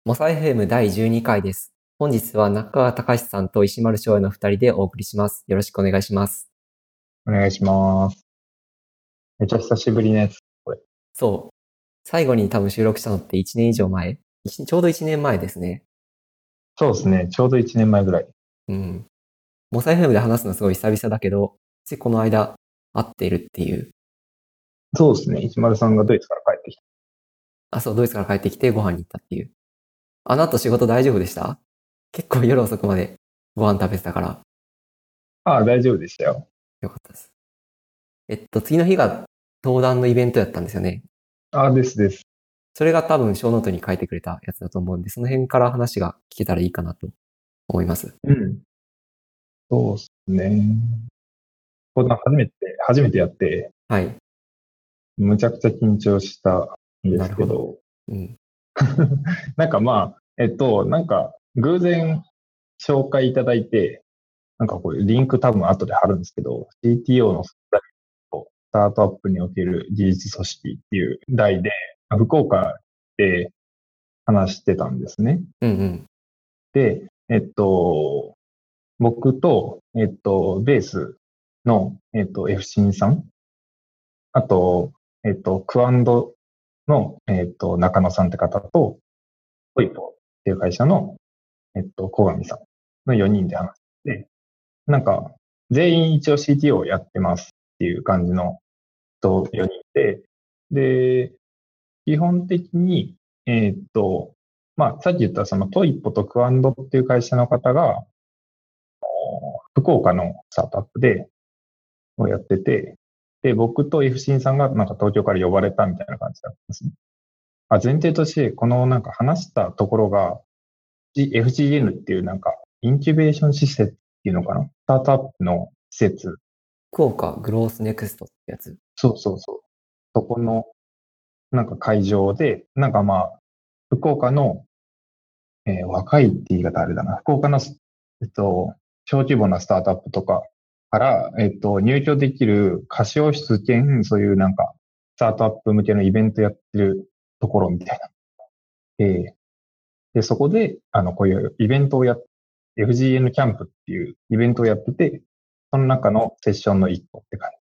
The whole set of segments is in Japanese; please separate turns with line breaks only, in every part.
モサ FM 第12回です。本日は中川隆さんと石丸翔也の2人でお送りします。よろしくお願いします。
お願いします。めっちゃ久しぶりのやつ、これ。
そう。最後に多分収録したのって1年以上前。ちょうど1年前ですね。
そうですね。ちょうど1年前ぐらい。
うん。モサ FM で話すのすごい久々だけど、ついこの間会っているっていう。
そうですね。石丸さんがドイツから帰ってきた。
そう、ドイツから帰ってきてご飯に行ったっていう。あの後仕事大丈夫でした？結構夜遅くまでご飯食べてたから。
ああ、大丈夫でしたよ。
よかったです。次の日が登壇のイベントやったんですよね。
ああ、です。
それが多分小ノートに書いてくれたやつだと思うんで、その辺から話が聞けたらいいかなと思います。
うん。そうですね。登壇初めてやって、
はい。
むちゃくちゃ緊張したんで
なるほど。
すけど、
うん。
なんかまあ、なんか偶然紹介いただいて、なんかこれリンク多分後で貼るんですけど、CTO のスタートアップにおける技術組織っていう題で、福岡で話してたんですね。
うんうん。
で、僕と、ベースの、F 新さん、あと、クワンドの、中野さんって方と、トイポっていう会社の、小上さんの4人で話して、なんか、全員一応 CTO をやってますっていう感じの4人で、で、基本的に、まあ、さっき言ったそのトイポとクワンドっていう会社の方が、福岡のスタートアップで、をやってて、で、僕と F 新さんがなんか東京から呼ばれたみたいな感じだったんですね。前提として、このなんか話したところが、FGN っていうなんか、インキュベーション施設っていうのかな、スタートアップの施設。
福岡グロースネクストってやつ。
そう。そこのなんか会場で、なんかまあ、福岡の、若いって言い方あれだな。福岡の、小規模なスタートアップとかから、入居できる貸し室兼、そういうなんか、スタートアップ向けのイベントやってるところみたいな。で、そこで、こういうイベントをFGN キャンプっていうイベントをやってて、その中のセッションの一個って感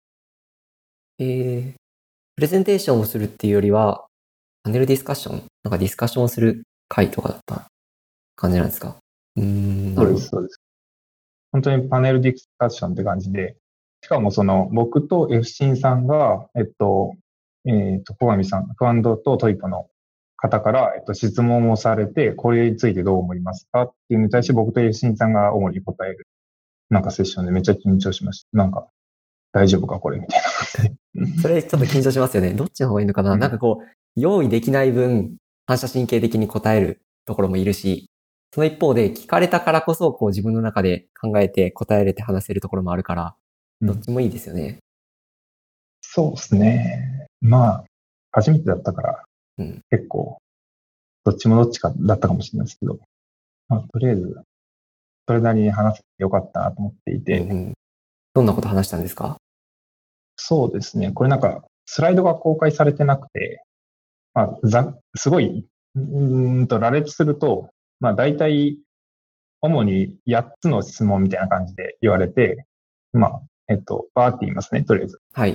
プレゼンテーションをするっていうよりは、パネルディスカッションなんかディスカッションをする会とかだった感じなんですか？
じ。
なるほど。
そうです。本当にパネルディスカッションって感じで、しかもその僕と F シンさんが、小上さん、ファンドとトイポの方から、質問をされて、これについてどう思いますかっていうのに対して僕と F シンさんが主に答える。なんかセッションでめっちゃ緊張しました。なんか、大丈夫かこれみたいな。
それちょっと緊張しますよね。どっちの方がいいのかな、なんかこう、用意できない分、反射神経的に答えるところもいるし、その一方で聞かれたからこそ、こう自分の中で考えて答えれて話せるところもあるから、どっちもいいですよね。
そうですね。まあ、初めてだったから、
うん。
結構、どっちもどっちかだったかもしれないですけど、まあ、とりあえず、それなりに話せてよかったなと思っていて、
うんうん。どんなこと話したんですか？
そうですね。これなんか、スライドが公開されてなくて、まあ、すごい、羅列すると、まあ、大体、主に8つの質問みたいな感じで言われて、まあ、バーって言いますね、とりあえず。
はい。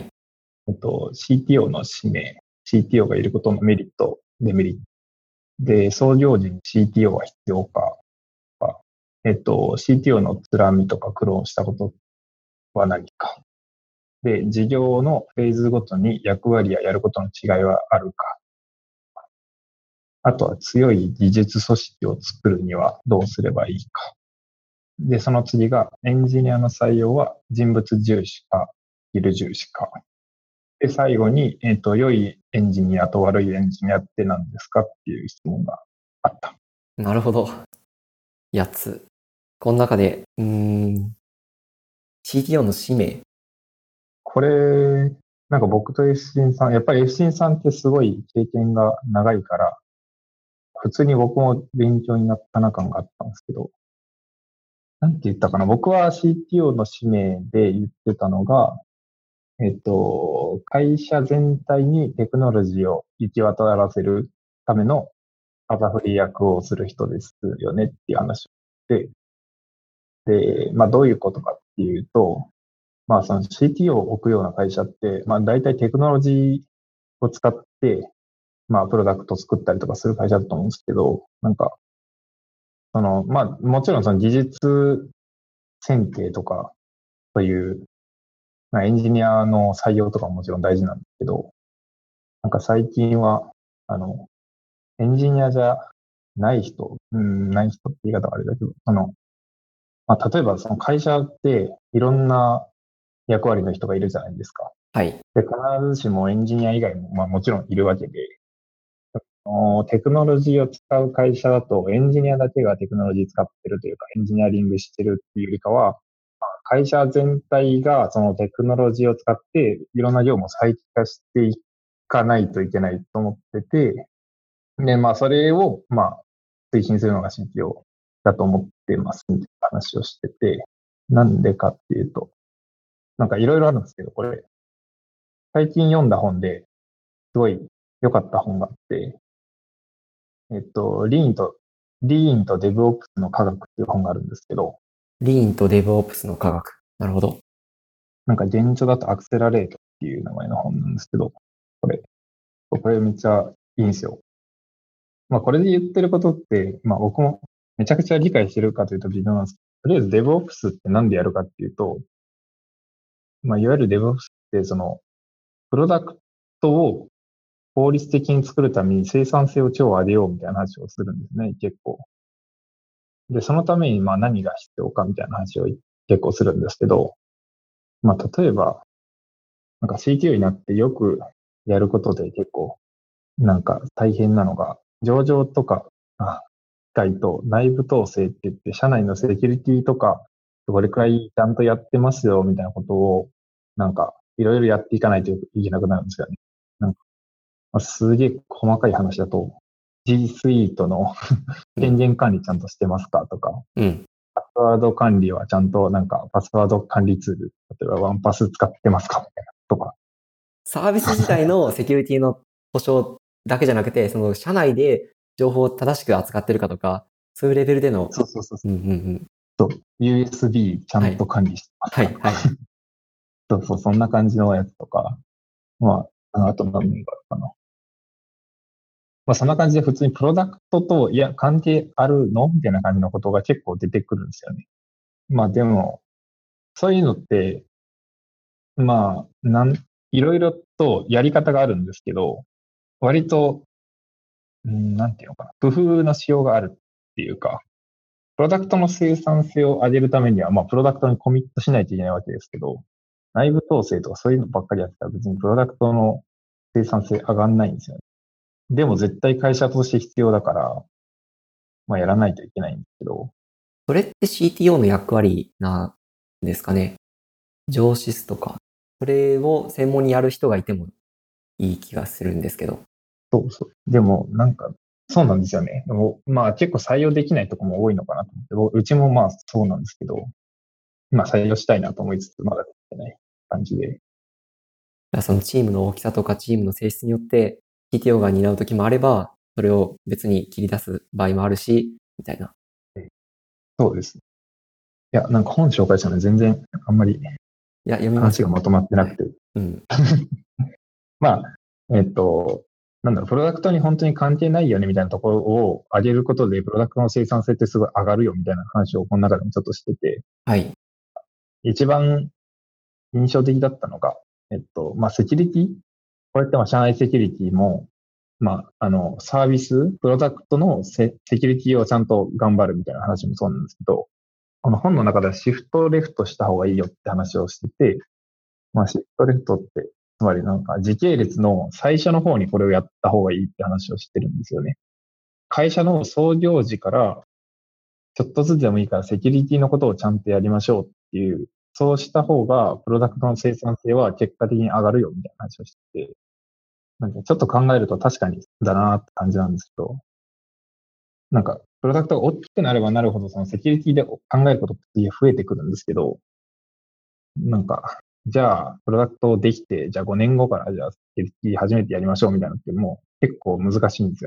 CTO の使命、CTO がいることのメリット、デメリット。で、創業時に CTO は必要か、CTO の辛みとか苦労したことは何か。で、事業のフェーズごとに役割ややることの違いはあるか。あとは強い技術組織を作るにはどうすればいいか。で、その次がエンジニアの採用は人物重視か、スキル重視か。で、最後に、良いエンジニアと悪いエンジニアって何ですかっていう質問があった。
なるほど。8つ。この中で、CTO の使命。
これ、なんか僕と F ンさん、やっぱり F ンさんってすごい経験が長いから、普通に僕も勉強になったな感があったんですけど、なんて言ったかな。僕は CTO の使命で言ってたのが、会社全体にテクノロジーを行き渡らせるための旗振り役をする人ですよねっていう話で、で、まあどういうことかっていうと、まあその CTO を置くような会社って、まあ大体テクノロジーを使って、まあプロダクトを作ったりとかする会社だと思うんですけど、なんか、まあもちろんその技術選定とか、そういう、まあ、エンジニアの採用とかももちろん大事なんですけど、なんか最近は、あの、エンジニアじゃない人、ない人って言い方はあれだけど、まあ、例えばその会社っていろんな役割の人がいるじゃないですか。
はい。
で、必ずしもエンジニア以外も、まあもちろんいるわけで、テクノロジーを使う会社だと、エンジニアだけがテクノロジー使ってるというか、エンジニアリングしてるっていうよりかは、会社全体がそのテクノロジーを使っていろんな業務を再帰化していかないといけないと思ってて、で、まあそれを、まあ推進するのが CTO だと思ってますみたいな話をしてて、なんでかっていうと、なんかいろいろあるんですけど、これ、最近読んだ本ですごい良かった本があって、えっと、リーンとデブオプスの科学っていう本があるんですけど、
リーンとデブオプスの科学。なるほど。
なんか現状だとアクセラレートっていう名前の本なんですけど、これめっちゃいいんですよ。まあこれで言ってることって、まあ僕もめちゃくちゃ理解してるかというと微妙なんですけど、とりあえず DevOps ってなんでやるかっていうと、まあいわゆる DevOps ってプロダクトを効率的に作るために生産性を超上げようみたいな話をするんですね、結構。で、そのためにまあ何が必要かみたいな話を結構するんですけど、まあ例えば、なんか CTO になってよくやることで結構なんか大変なのが、上場とか、機械と内部統制って言って、社内のセキュリティとか、どれくらいちゃんとやってますよ、みたいなことを、なんか、いろいろやっていかないといけなくなるんですよね。なんか、すげえ細かい話だと、G Suite の
うん。
権限管理ちゃんとしてますかとか、
うん。
パスワード管理はちゃんとなんか、パスワード管理ツール、例えばワンパス使ってますかみたいなとか。
サービス自体のセキュリティの保証だけじゃなくて、その社内で情報を正しく扱ってるかとか、そういうレベルでの、
そうそうそう
うんうんうん。
そう。USB ちゃ
はい。
んと管理してます
はい、
かとか。
はい。
そうそう、そんな感じのやつとか。まあ、あと何があるかな。まあ、そんな感じで普通にプロダクトと、いや、関係あるのみたいな感じのことが結構出てくるんですよね。まあでも、そういうのって、まあ、いろいろとやり方があるんですけど、割と、なんていうのかな、工夫のしようがあるっていうか、プロダクトの生産性を上げるためには、まあ、プロダクトにコミットしないといけないわけですけど、内部統制とかそういうのばっかりやってたら別にプロダクトの生産性上がんないんですよね。でも絶対会社として必要だから、まあ、やらないといけないんですけど、
それって CTO の役割なんですかね。上司とか。それを専門にやる人がいてもいい気がするんですけど。
そうそう。でも、なんか、そうなんですよね。でも、まあ結構採用できないとこも多いのかなと思って、うちもまあそうなんですけど、今採用したいなと思いつつ、まだできてない感じで。
そのチームの大きさとかチームの性質によって CTO が担う時もあれば、それを別に切り出す場合もあるし、みたいな。
そうです。いや、なんか本紹介したのに全然あんまり
いや、読みますよ。
話がまとまってな
はい。
くて。
うん。
まあ、なんだろう、プロダクトに本当に関係ないよねみたいなところを上げることで、プロダクトの生産性ってすごい上がるよみたいな話をこの中でもちょっとしてて、
はい。
一番印象的だったのが、まあ、セキュリティこれってまあ、社内セキュリティも、まあ、サービス、プロダクトのセキュリティをちゃんと頑張るみたいな話もそうなんですけど、この本の中ではシフトレフトした方がいいよって話をしてて、まあ、シフトレフトって、つまりなんか時系列の最初の方にこれをやった方がいいって話をしてるんですよね。会社の創業時からちょっとずつでもいいからセキュリティのことをちゃんとやりましょうっていう、そうした方がプロダクトの生産性は結果的に上がるよみたいな話をしてて、なんかちょっと考えると確かにだなって感じなんですけど、なんかプロダクトが大きくなればなるほどそのセキュリティで考えることって増えてくるんですけど、なんか、じゃあプロダクトできて、じゃあ5年後からじゃあセキュリティ初めてやりましょうみたいなのってもう結構難しいんですよね。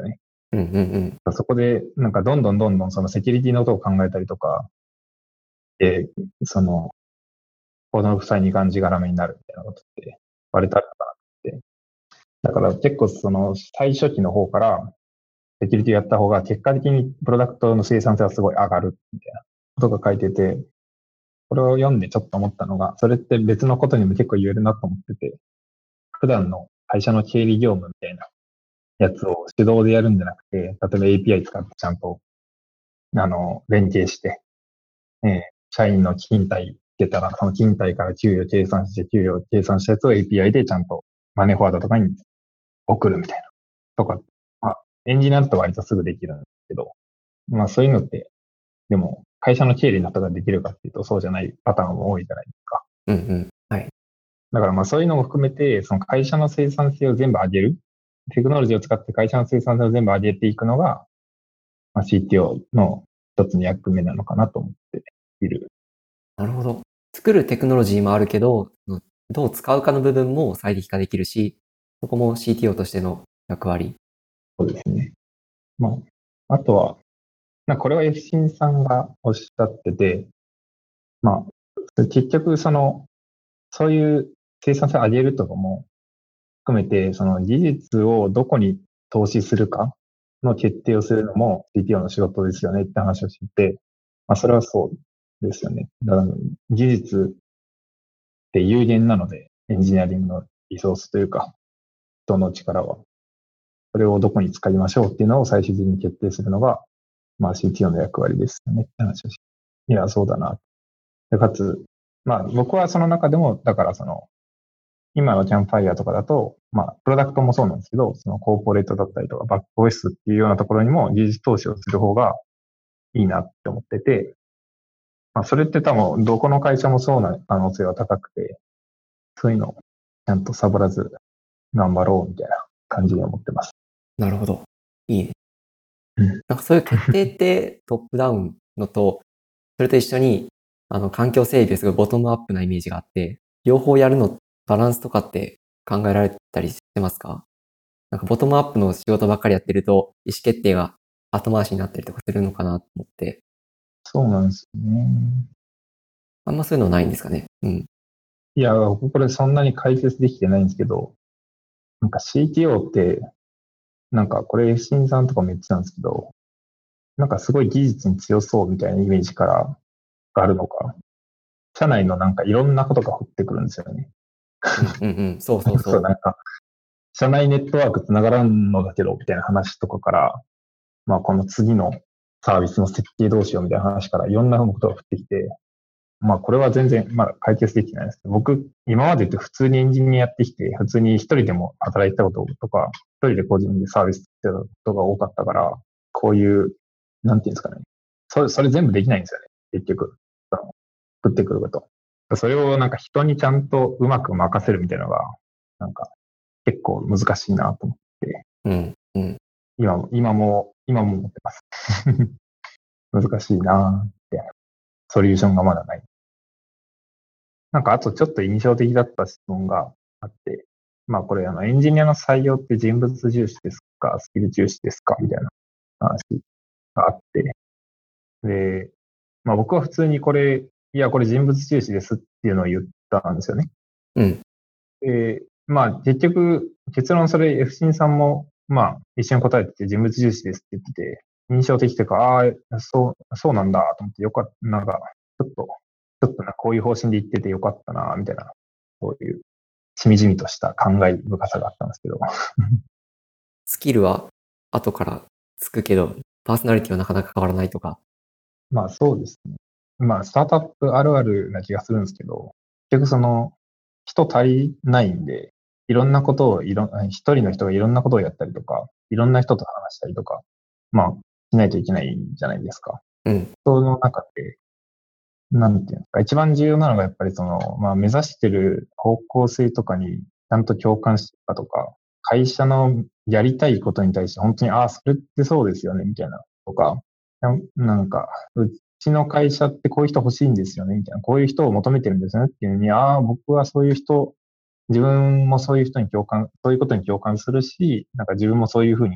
うんうんうん。
そこで、なんかどんどんどんどんそのセキュリティのことを考えたりとか、で、その、コードの負債にがんじがらめになるみたいなことって割とあるかなって。だから結構その最初期の方からセキュリティやった方が結果的にプロダクトの生産性はすごい上がるみたいなことが書いてて、これを読んでちょっと思ったのが、それって別のことにも結構言えるなと思ってて、普段の会社の経理業務みたいなやつを手動でやるんじゃなくて、例えば API 使ってちゃんと、連携して、社員の勤怠出たら、その勤怠から給与計算して、給与計算したやつを API でちゃんとマネーフォワードとかに送るみたいな。とか、まあ、エンジニアだと割とすぐできるんですけど、まあそういうのって、でも会社の経理の人ができるかっていうとそうじゃないパターンも多いじゃないですか。
うんうん。はい。
だからまあそういうのも含めて、その会社の生産性を全部上げる。テクノロジーを使って会社の生産性を全部上げていくのが、まあ、CTO の一つの役目なのかなと思っている。
なるほど。作るテクノロジーもあるけど、どう使うかの部分も最適化できるし、そこも CTO としての役割。
そうですね。まあ、あとは、これは F 新さんがおっしゃってて、まあ、結局そういう生産性を上げるとかも含めて、その技術をどこに投資するかの決定をするのも CTO の仕事ですよねって話をしてて、まあそれはそうですよね。だから技術って有限なので、エンジニアリングのリソースというか、人の力は、それをどこに使いましょうっていうのを最終的に決定するのが、まあ CTO の役割ですよねって話をして。いや、そうだな。で、かつ、まあ僕はその中でも、だから今のキャンプファイヤーとかだと、まあ、プロダクトもそうなんですけど、そのコーポレートだったりとか、バックオフィスっていうようなところにも技術投資をする方がいいなって思ってて、まあ、それって多分、どこの会社もそうな可能性は高くて、そういうのをちゃんとサボらず頑張ろうみたいな感じに思ってます。
なるほど。いいね。
うん。
なんかそういう決定ってトップダウンのと、それと一緒に、環境整備すごいボトムアップなイメージがあって、両方やるの、バランスとかって考えられたりしてますか？なんかボトムアップの仕事ばっかりやってると、意思決定が後回しになったりとかするのかなと思って、
そうなんですよね。
あんまそういうのないんですかね。うん。
いや、僕これそんなに解説できてないんですけど、なんか CTO って、なんかこれ、新さんとかも言ってたんですけど、なんかすごい技術に強そうみたいなイメージからがあるのか、社内のなんかいろんなことが降ってくるんですよね。
うんうんうん。そうそう
そう、
そ
なんか、社内ネットワーク繋がらんのだけど、みたいな話とかから、まあこの次のサービスの設計どうしようみたいな話からいろんなことが降ってきて、まあこれは全然まだ解決できてないです。僕、今までって普通にエンジニアやってきて、普通に一人でも働いてたこととか、一人で個人でサービスしてたことが多かったから、こういう、なんていうんですかね。それ全部できないんですよね。結局。降ってくること。それをなんか人にちゃんとうまく任せるみたいなのが、なんか結構難しいなと思って、
う。うん、うん。
今も思ってます。難しいなって、ソリューションがまだない。なんかあとちょっと印象的だった質問があって、まあこれエンジニアの採用って人物重視ですか、スキル重視ですかみたいな話があって、で、まあ僕は普通にいやこれ人物重視ですっていうのを言ったんですよね。
うん。
まあ結局、結論それ F 新さんも、まあ一緒に答えてて人物重視ですって言ってて、印象的というか、そうなんだと思ってよかった、なんか、ちょっとこういう方針で言っててよかったな、みたいな、そういう、しみじみとした感慨深さがあったんですけど。
スキルは後からつくけど、パーソナリティはなかなか変わらないとか。
まあそうですね。まあスタートアップあるあるな気がするんですけど、結局人足りないんで、いろんなことを一人の人がいろんなことをやったりとか、いろんな人と話したりとか、まあ、しないといけないじゃないですか。
うん。
その中で、なんていうんですか、一番重要なのがやっぱりまあ目指してる方向性とかにちゃんと共感してるかとか、会社のやりたいことに対して本当に、それってそうですよね、みたいなとか、なんか、うちの会社ってこういう人欲しいんですよね、みたいな、こういう人を求めてるんですよねっていうのに、僕はそういう人、自分もそういう人にそういうことに共感するし、なんか自分もそういうふうに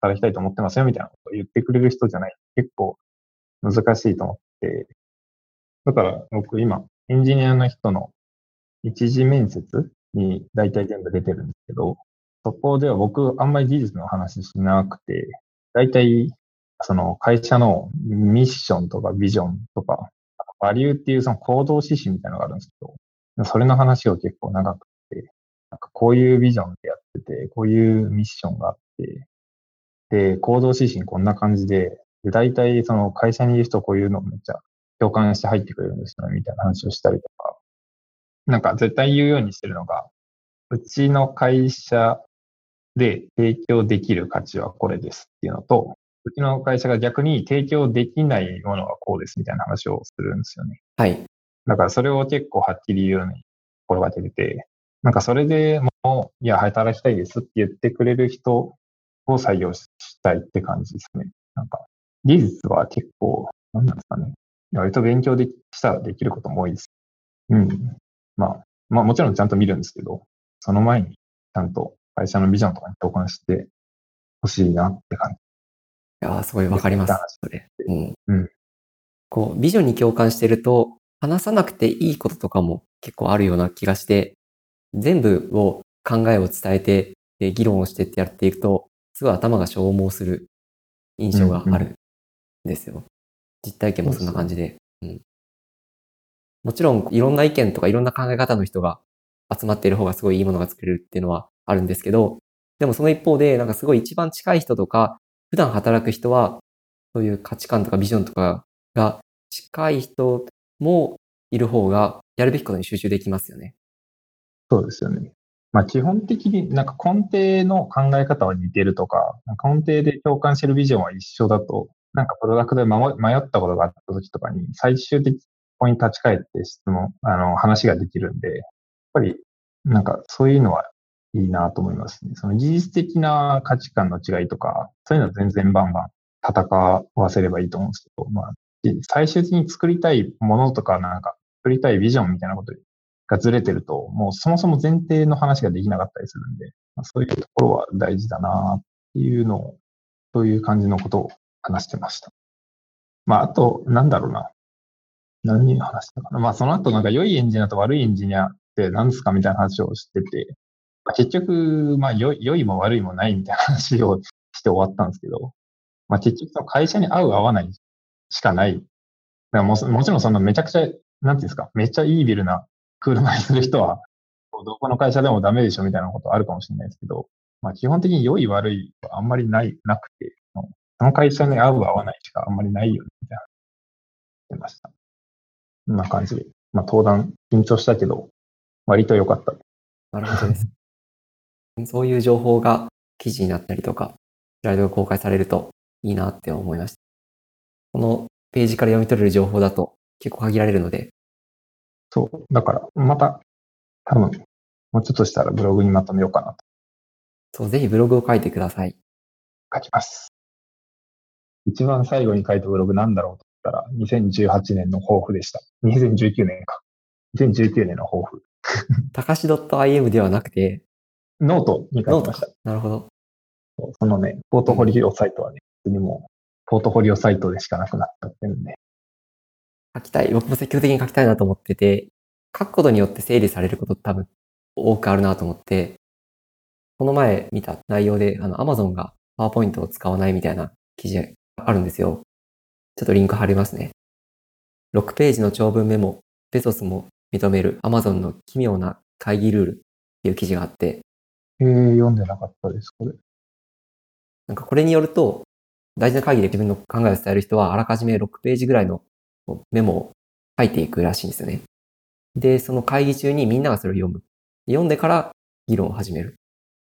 働きたいと思ってますよみたいなことを言ってくれる人じゃない。結構難しいと思って。だから僕今、エンジニアの人の一次面接に大体全部出てるんですけど、そこでは僕あんまり技術の話しなくて、大体その会社のミッションとかビジョンとか、バリューっていうその行動指針みたいなのがあるんですけど、それの話を結構長くて、なんかこういうビジョンでやってて、こういうミッションがあって、で、行動指針こんな感じで、で、大体その会社にいる人こういうのめっちゃ共感して入ってくれるんですよね、みたいな話をしたりとか、なんか絶対言うようにしてるのが、うちの会社で提供できる価値はこれですっていうのと、うちの会社が逆に提供できないものはこうですみたいな話をするんですよね。
はい。
だからそれを結構はっきり言うように心がけてて、なんかそれでもう、いや、働きたいですって言ってくれる人を採用したいって感じですね。なんか、技術は結構、なんなんですかね。割と勉強したらできることも多いです。うん。まあもちろんちゃんと見るんですけど、その前にちゃんと会社のビジョンとかに共感してほしいなって感
いやー、すごい
じで、
わかります。
こういった話
それ。
で。
うん。
うん。
こう、ビジョンに共感してると、話さなくていいこととかも結構あるような気がして、全部を考えを伝えて、で議論をしてってやっていくと、すごい頭が消耗する印
うん、うん。
象があるんですよ。実体験もそんな
そうですよね。
感じで。うん。もちろん、いろんな意見とかいろんな考え方の人が集まっている方がすごいいいものが作れるっていうのはあるんですけど、でもその一方で、なんかすごい一番近い人とか、普段働く人は、そういう価値観とかビジョンとかが近い人もいる方が、やるべきことに集中できますよね。
そうですよね。まあ基本的になんか根底の考え方は似てるとか、根底で共感してるビジョンは一緒だと、なんかプロダクトで迷ったことがあった時とかに、最終的にここに立ち返って話ができるんで、やっぱりなんかそういうのはいいなと思いますね。その技術的な価値観の違いとか、そういうのは全然バンバン戦わせればいいと思うんですけど、まあ、最終的に作りたいものとか、なんか作りたいビジョンみたいなことがずれてると、もうそもそも前提の話ができなかったりするんで、まあ、そういうところは大事だなっていうのを、そういう感じのことを話してました。まあ、あと、なんだろうな。何話したかな。まあ、その後なんか良いエンジニアと悪いエンジニアって何ですかみたいな話をしてて、まあ、結局、まあ良いも悪いもないみたいな話をして終わったんですけど、まあ結局その会社に合う合わないしかない。だからもちろんそのめちゃくちゃ、なんていうんですか、めっちゃいいビルな車にする人は、どこの会社でもダメでしょみたいなことあるかもしれないですけど、まあ基本的に良い悪いはあんまりなくて、その会社に合う合わないしかあんまりないよね、みたいな言ってました。こんな感じで。まあ登壇緊張したけど、割と良かった。
なるほどです。そういう情報が記事になったりとか、スライドが公開されるといいなって思いました。このページから読み取れる情報だと結構限られるので。
そう。だから、また、多分、もうちょっとしたらブログにまとめようかなと
そう、ぜひブログを書いてください。
書きます。一番最後に書いたブログなんだろうと思ったら、2018年の抱負でした。2019年か。2019年の抱負。
たかし .im ではなくて、
ノートに書い
ノートか。
てました。
なるほど。
そのね、ポー
うん。
トフォリオサイトはね、普通にもう、ポートフォリオサイトでしかなくなっちゃってるんで。
書きたい。僕も積極的に書きたいなと思ってて、書くことによって整理されること多分多くあるなと思って、この前見た内容で、Amazon が PowerPoint を使わないみたいな記事があるんですよ。ちょっとリンク貼りますね。6ページの長文メモ、ベゾスも認める Amazon の奇妙な会議ルールっていう記事があって、
読んでなかったです、これ。
なんかこれによると、大事な会議で自分の考えを伝える人はあらかじめ6ページぐらいのメモを書いていくらしいんですよね。で、その会議中にみんながそれを読む。読んでから議論を始める。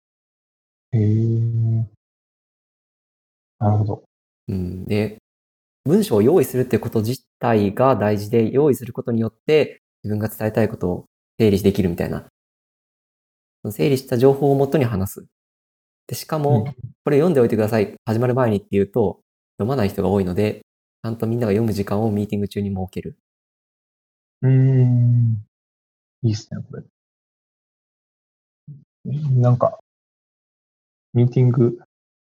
なるほど。
うん、で、文章を用意するってこと自体が大事で、用意することによって自分が伝えたいことを整理できるみたいな。整理した情報をもとに話す。で、しかも、これ読んでおいてください。始まる前にって言うと、読まない人が多いので、ちゃんとみんなが読む時間をミーティング中に設ける。
いいっすね、これ。なんか、ミーティング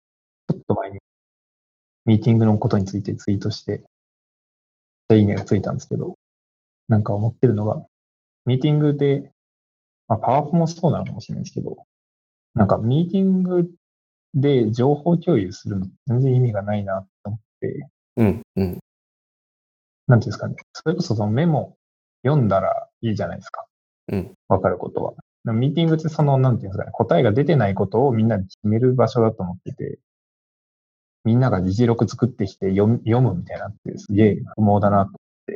ちょっと前にミーティングのことについてツイートして、いいねがついたんですけど、なんか思ってるのが、ミーティングで、まあ、パワポもそうなのかもしれないですけど、なんかミーティングで情報共有するの全然意味がないなと思って、
うん、うん、
なんていうんですかね。それこそそのメモ読んだらいいじゃないですか。
うん、
わかることは。ミーティングってその、なんていうんですかね。答えが出てないことをみんなで決める場所だと思ってて、みんなが議事録作ってきて読むみたいなってすげえ不毛だなと思って、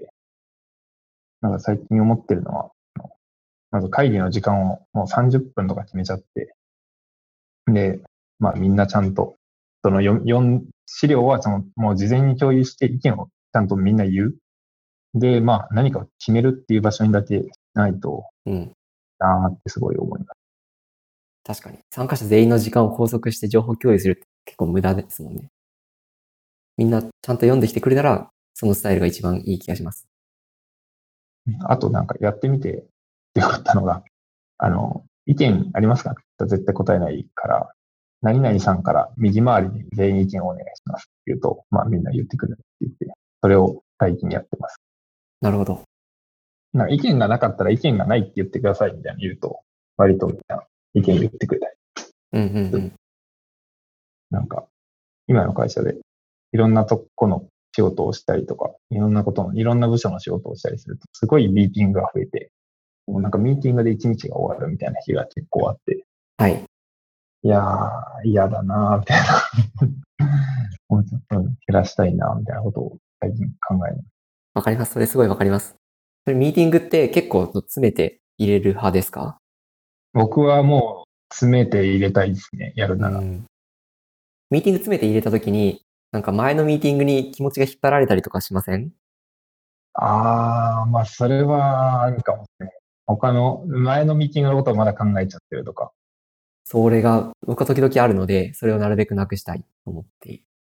なんか最近思ってるのは、まず会議の時間をもう30分とか決めちゃって、で、まあみんなちゃんと、その資料はそのもう事前に共有して意見をちゃんとみんな言う。で、まあ何かを決めるっていう場所にだけないと
うん。
なーってすごい思います。
確かに。参加者全員の時間を拘束して情報共有するって結構無駄ですもんね。みんなちゃんと読んできてくれたら、そのスタイルが一番いい気がします。
あとなんかやってみてよかったのが、意見ありますか絶対答えないから、何々さんから右回りに全員意見をお願いしますって言うと、まあみんな言ってくるって言って、それを最近やってます。
なるほど。
なんか意見がなかったら意見がないって言ってくださいみたいな言うと、割とみんな意見言ってくれたり。
うんうんうん。
なんか、今の会社でいろんなとこの仕事をしたりとか、いろんなことの、いろんな部署の仕事をしたりすると、すごいミーティングが増えて、もうなんかミーティングで一日が終わるみたいな日が結構あって、
はい。
いやー、嫌だなーみたいな。もうちょっと減らしたいなーみたいなことを最近考えます。
わかります。それすごいわかります。それミーティングって結構詰めて入れる派ですか？
僕はもう詰めて入れたいですね、やるなら。
うん。ミーティング詰めて入れたときに、なんか前のミーティングに気持ちが引っ張られたりとかしません？
まあ、それはあるかもしれない。他の、前のミーティングのことをまだ考えちゃってるとか。
それが僕は時々あるので、それをなるべくなくしたいと思っている。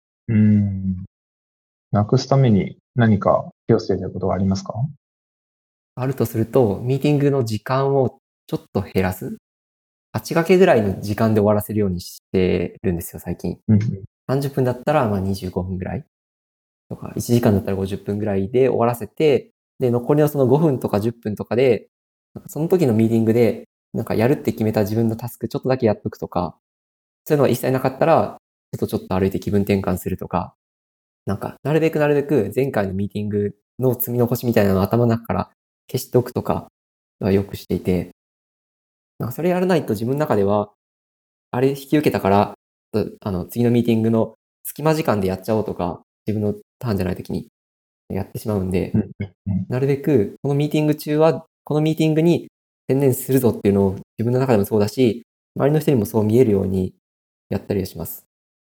なくすために何か気をつけてることはありますか？
あるとすると、ミーティングの時間をちょっと減らす。8掛けぐらいの時間で終わらせるようにしてるんですよ、最近。
うん。
30分だったらまあ25分ぐらいとか、1時間だったら50分ぐらいで終わらせて、で、残りのその5分とか10分とかで、その時のミーティングで、なんかやるって決めた自分のタスクちょっとだけやっとくとか、そういうのが一切なかったら、ちょっと歩いて気分転換するとか、なんか、なるべく前回のミーティングの積み残しみたいなのを頭の中から消しておくとかはよくしていて、なんかそれやらないと自分の中では、あれ引き受けたから、次のミーティングの隙間時間でやっちゃおうとか、自分のターンじゃない時にやってしまうんで、なるべくこのミーティング中は、このミーティングに専念するぞっていうのを自分の中でもそうだし、周りの人にもそう見えるようにやったりはします。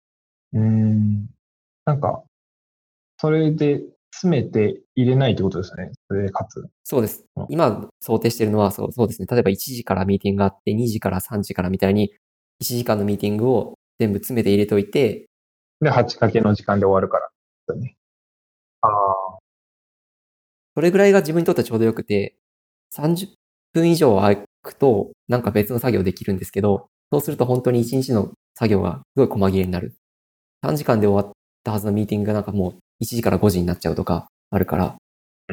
なんか、それで詰めて入れないってことですよね。それでかつ。
そうです。今想定しているのはそうですね。例えば1時からミーティングがあって、2時から3時からみたいに、1時間のミーティングを全部詰めて入れといて、
で、8掛けの時間で終わるからですよね。ああ、
それぐらいが自分にとってはちょうどよくて、30分以上空くと、なんか別の作業できるんですけど、そうすると本当に1日の作業がすごい細切れになる。3時間で終わったはずのミーティングがなんかもう1時から5時になっちゃうとかあるから、
うん。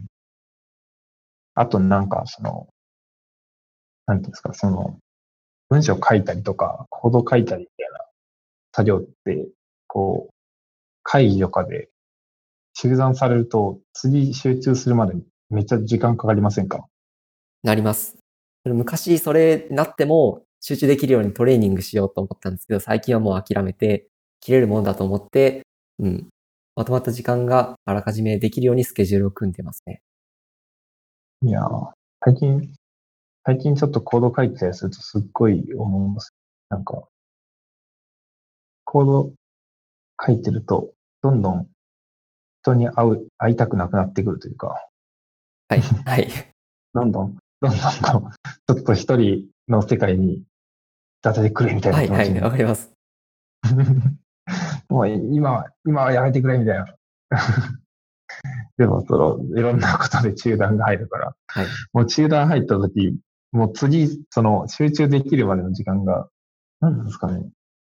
あとなんか、なんていうんですか、文章書いたりとか、コード書いたりみたいな作業って、こう、会議とかで中断されると、次集中するまでにめっちゃ時間かかりませんか？
なります。昔それなっても集中できるようにトレーニングしようと思ったんですけど、最近はもう諦めて、切れるもんだと思って、うん。まとまった時間があらかじめできるようにスケジュールを組んでますね。
いやー、最近、最近ちょっとコード書いてたりするとすっごい思います。なんか、コード書いてると、どんどん人に会いたくなくなってくるというか、
はい。はい。
どんどんこう、ちょっと一人の世界に立ててくれみたい
はい。はい。
な気持ちに。
わかります。
もう今はやめてくれみたいな。でも、いろんなことで中断が入るから、
はい。
もう中断入った時、もう次、集中できるまでの時間が、何なんですかね。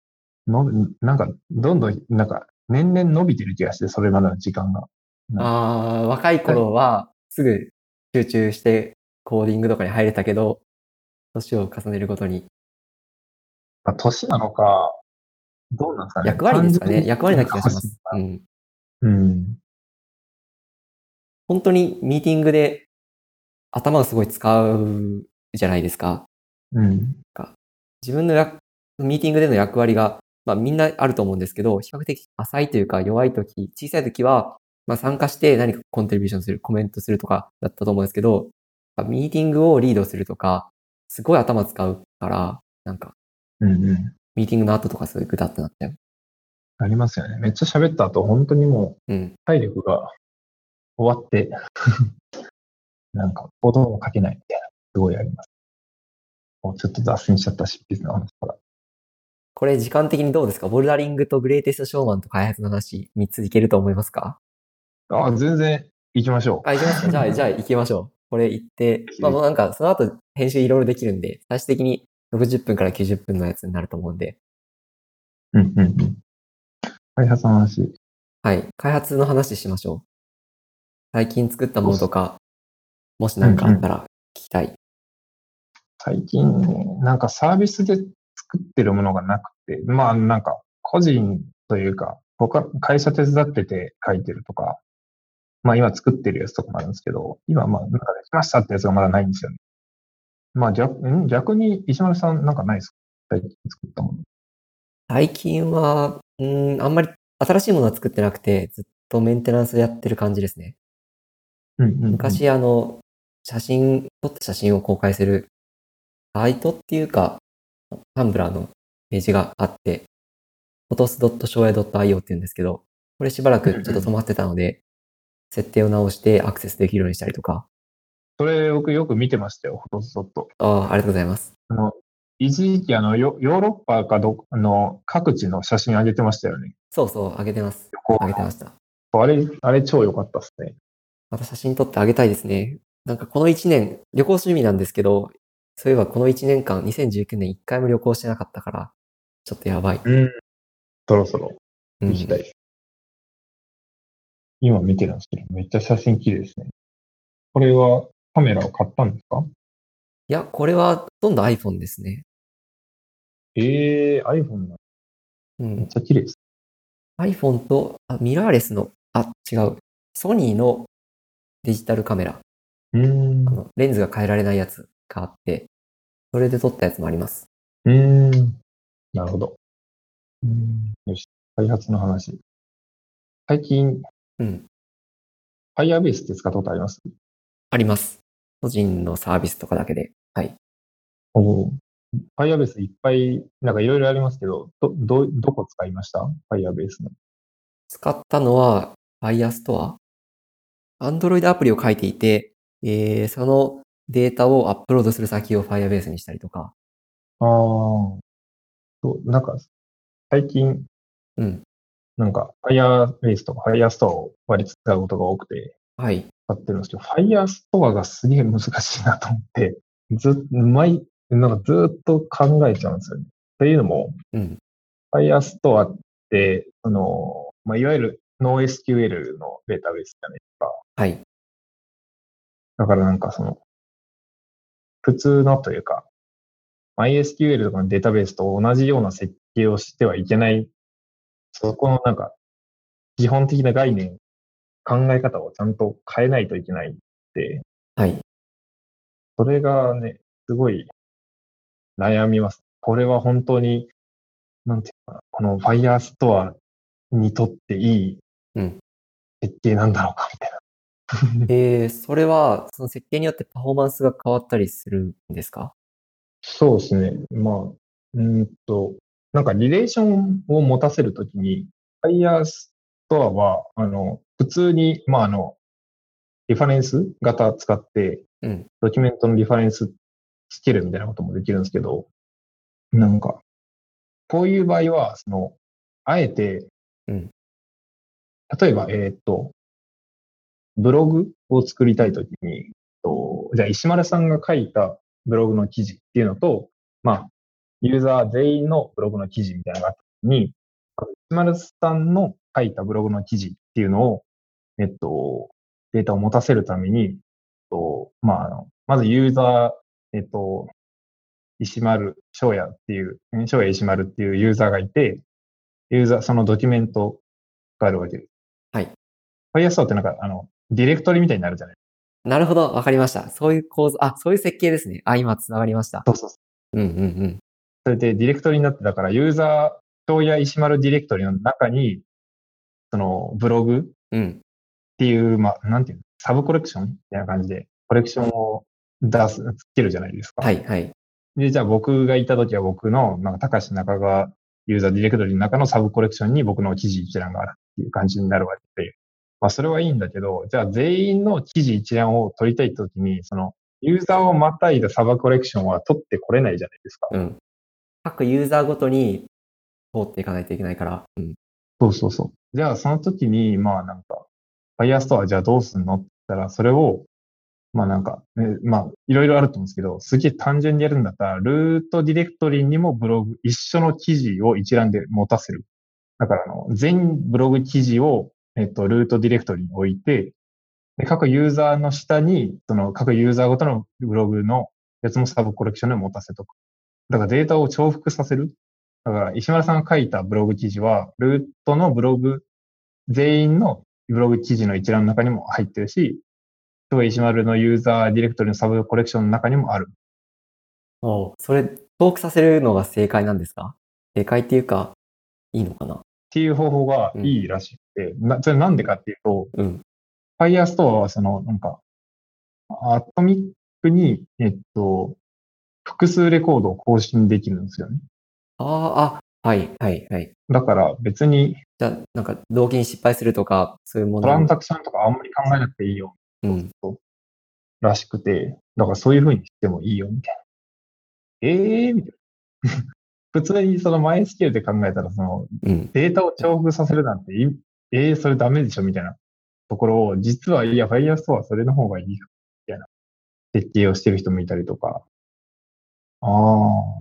なんか、どんどん、なんか、年々伸びてる気がして、それまでの時間が。
若い
はい。
頃はすぐ集中してコーディングとかに入れたけど、年を重ねるごとに
まあ、年なのか、どうなんですかね。
役割で
単純
すかね。役割な
になのかも
気がします。
しれない。
うん。
うん。
本当にミーティングで頭をすごい使うじゃないですか。
うん。
か自分のミーティングでの役割が、まあみんなあると思うんですけど、比較的浅いというか弱いとき、小さいときは、まあ参加して何かコントリビューションする、コメントするとかだったと思うんですけど、ミーティングをリードするとか、すごい頭使うから、なんか、
うんうん。
ミーティングの後とかすごいグダってなっちゃう。
ありますよね。めっちゃ喋った後、本当にもう、
うん。
体力が終わって、なんか、行動も書けないみたいな、すごいあります。もうちょっと脱線しちゃった執筆の話から。
これ時間的にどうですか？ボルダリングとグレイテストショーマンと開発の話、3ついけると思いますか？
あ、全然行きましょ
行きますか？じゃあ行きましょう。これ行って、まあもう
う。
なんかその後編集いろいろできるんで、最終的に60分から90分のやつになると思うんで、
うんうんうん。開発の話。
はい。開発の話しましょう。最近作った
そうっす。
ものとか、もし何
うんうん。
かあったら聞きたい。
最近、なんかサービスで作ってるものがなくて、まあなんか個人というか、会社手伝ってて書いてるとか、まあ今作ってるやつとかもあるんですけど、今まあなんかできましたってやつがまだないんですよね。まあ逆に石丸さんなんかないですか？最近作ったもの。
最近は、あんまり新しいものは作ってなくて、ずっとメンテナンスやってる感じですね。
うんうんうん。
昔撮った写真を公開するサイトっていうか、タンブラーのページがあって、photos.shoya.io って言うんですけど、これしばらくちょっと止まってたので、設定を直してアクセスできるようにしたりとか。
それ僕よく見てましたよ、フォトスポット。
ありがとうございます。
あの、一時期ヨーロッパか各地の写真上げてましたよね。
そうそう、あげてます。
旅行
あげてました。
の。あれ超良かったっすね。
また写真撮ってあげたいですね。なんかこの1年、旅行趣味なんですけど、そういえばこの1年間、2019年1回も旅行してなかったから、ちょっとやばい。
うん。そろそろ
うん。
行きたいです。今見てるんですけど、めっちゃ写真綺麗ですね。これはカメラを買ったんですか？
いや、これはほとんど iPhone ですね。
iPhone だ。めっ
うん。
ちゃ綺麗です。
iPhone と、ミラーレスの、違う。ソニーのデジタルカメラ。
うーん。
レンズが変えられないやつがあって、それで撮ったやつもあります。
うーん。なるほど。よし。開発の話。最近、
うん。
Firebase って使ったことあります？
あります。個人のサービスとかだけで。はい。
おー。Firebase いっぱい、なんかいろいろありますけど、どこ使いました？ Firebase の。
使ったのは Firestore。Android アプリを書いていて、そのデータをアップロードする先を Firebase にしたりとか。
ああ、なんか最近、
うん。
なんか Firebase とか Firestore を割と使うことが多くて
はい。
使ってるんですけど、Firestore がすげえ難しいなと思って、なんかずっと考えちゃうんですよね。というのも、
うん。
Firestore って、まあ、いわゆる NoSQL のデータベースじゃないですか。
はい。
だからなんか普通のというか、MySQL とかのデータベースと同じような設計をしてはいけない、そこのなんか基本的な概念、考え方をちゃんと変えないといけないって、
はい。
それがね、すごい悩みます。これは本当に、なんていうかな、この Firestore にとっていい
うん。
設計なんだろうか、みたいな。
それは、その設計によってパフォーマンスが変わったりするんですか？
そうですね。まあ、なんかリレーションを持たせるときに、Firestore は、普通に、リファレンス型使って、
うん。
ドキュメントのリファレンスつけるみたいなこともできるんですけど、なんか、こういう場合は、あえて、
うん。
例えば、ブログを作りたいときに、じゃあ石丸さんが書いたブログの記事っていうのと、まあ、ユーザー全員のブログの記事みたいなのがあったに、石丸さんの書いたブログの記事っていうのを、データを持たせるために、まずユーザー、石丸翔也っていう、翔也石丸っていうユーザーがいて、そのドキュメントがあるわけです。
はい。
Firestore ってなんか、ディレクトリみたいになるじゃない。
なるほど。わかりました。そういう構造、そういう設計ですね。今つながりました。
そうそうそう。
うんうんうん。
それでディレクトリになってたから、ユーザー、翔也石丸ディレクトリの中に、そのブログっ
うん。
ていう、なんていうの、サブコレクションみたいな感じで、コレクションをつけるじゃないですか。
はいはい。
で、じゃあ僕がいたときは僕の、高橋中川ユーザーディレクトリの中のサブコレクションに僕の記事一覧があるっていう感じになるわけで、それはいいんだけど、じゃあ全員の記事一覧を取りたいときに、その、ユーザーをまたいだサブコレクションは取ってこれないじゃないですか。
うん。各ユーザーごとに通っていかないといけないから。うん。
そうそうそう。じゃあその時に、Firestore じゃあどうすんのって言ったら、それを、いろいろあると思うんですけど、すげえ単純にやるんだったら、ルートディレクトリにもブログ、一緒の記事を一覧で持たせる。だから、全ブログ記事を、ルートディレクトリに置いて、で、各ユーザーの下に、その各ユーザーごとのブログのやつもサブコレクションで持たせとく。だからデータを重複させる。だから、石丸さんが書いたブログ記事は、ルートのブログ、全員のブログ記事の一覧の中にも入ってるし、石丸のユーザーディレクトリのサブコレクションの中にもある。
それ、トークさせるのが正解なんですか？正解っていうか、いいのかな？
っていう方法がいいらしくて、それなんでかっていうと、
うん。
Firestore はアトミックに、複数レコードを更新できるんですよね。
はいはいはい。
だから別に
じゃあ、なんか、同期に失敗するとか、そういう問
トラン
題も。
ザクションとかあんまり考えなくていいよ。
うん。
らしくて、だからそういう風にしてもいいよ、みたいな。みたいな。普通にそのマイスケールで考えたら、その
うん。
データを重複させるなんて、それダメでしょ、みたいなところを、実はいや、Firestore はそれの方がいいみたいな設計をしてる人もいたりとか、ああ、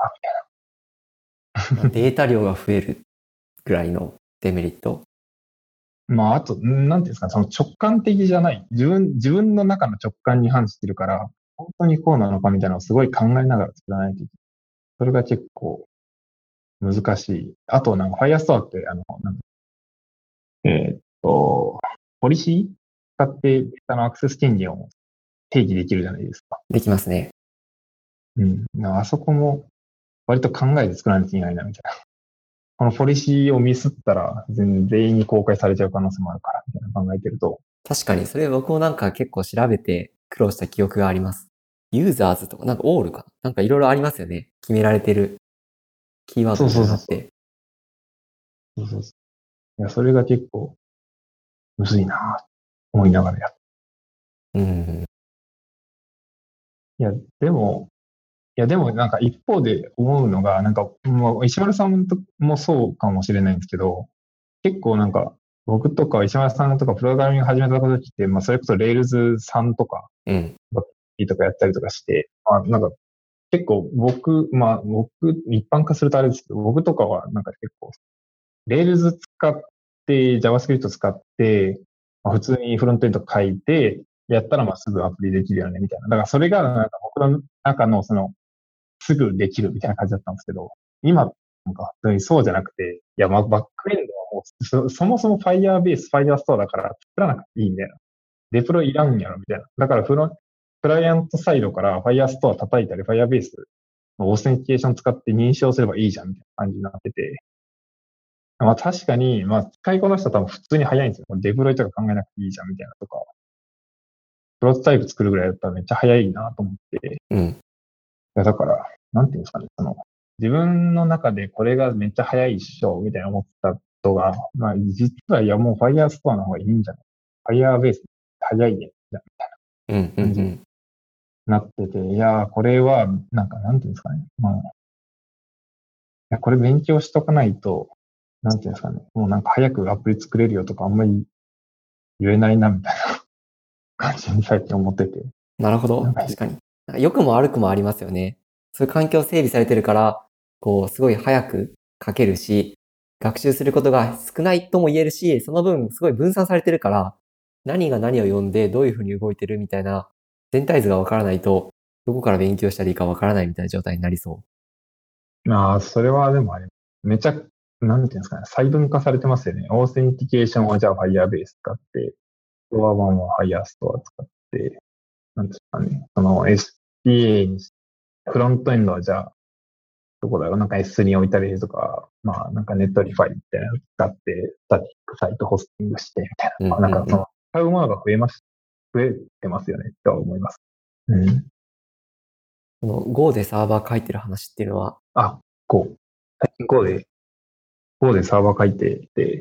データ量が増えるぐらいのデメリット。
あと、なんていうんですか、その直感的じゃない。自分の中の直感に反してるから、本当にこうなのかみたいなのをすごい考えながら作らないといけない。それが結構難しい。あと、Firestore って、えーっと、ポリシー使ってアクセス権限を定義できるじゃないですか。
できますね。
うん。あそこも割と考えて作らないといけないな、みたいな。このポリシーをミスったら全員に公開されちゃう可能性もあるから、みたいな考えてると。
確かに、それ僕もなんか結構調べて苦労した記憶があります。ユーザーズとか、なんかオールかな、なんかいろいろありますよね。決められてるキーワードみたいなのがあって。
そうそうそう。いや、それが結構むずいなぁ思いながらやって。
うん。
いや、でも、一方で思うのが、もう石丸さんもそうかもしれないんですけど、結構僕とか石丸さんとかプログラミング始めた時って、それこそ Rails3 とか、
うん。
とかやったりとかして、結構一般化するとあれですけど、僕とかは結構、Rails 使って、JavaScript 使って、普通にフロントエンド書いて、やったらすぐアプリできるよね、みたいな。だからそれが僕の中のすぐできるみたいな感じだったんですけど、今、普通にそうじゃなくて、いや、バックエンドはもう、そもそも Firebase、Firestore だから作らなくていいみたいな。デプロいらんやろみたいな。だからクライアントサイドから Firestore 叩いたり、Firebase のオーセンティケーション使って認証すればいいじゃんみたいな感じになってて。確かに、使いこなしたら多分普通に早いんですよ。デプロイとか考えなくていいじゃんみたいなとか。プロトタイプ作るぐらいだったらめっちゃ早いなと思って。
うん。
だから、なんていうんですかね、自分の中でこれがめっちゃ早いっしょ、みたいな思ったことが、実はいやもう Firestore の方がいいんじゃない ?Firebase 早いね、みたい
うんうんうん。
なってて、いやこれは、なんていうんですかね。これ勉強しとかないと、なんていうんですかね。もう早くアプリ作れるよとかあんまり言えないな、みたいな感じに最近思ってて。
なるほど。確かに。良くも悪くもありますよね。そういう環境整備されてるから、こう、すごい早く書けるし、学習することが少ないとも言えるし、その分すごい分散されてるから、何が何を読んでどういうふうに動いてるみたいな全体図がわからないと、どこから勉強したらいいかわからないみたいな状態になりそ
ああ、それはでもあれ、めちゃ、なんていうんですかね、細分化されてますよね。オーセンティケーションはじゃあ Firebase 使って、ストア1は Firestore 使って、なんですかね、その SPA に、フロントエンドはじゃあ、どこだろう、なんか S3 に置いたりとか、まあなんかネットリファイみたいなの使って、スタティックサイトホスティングしてみたいな。なんかその、使うものが増えてますよね、とは思います。うん。
この Go でサーバー書いてる話っていうのは、
あ、Go。最近 Go でサーバー書いてて、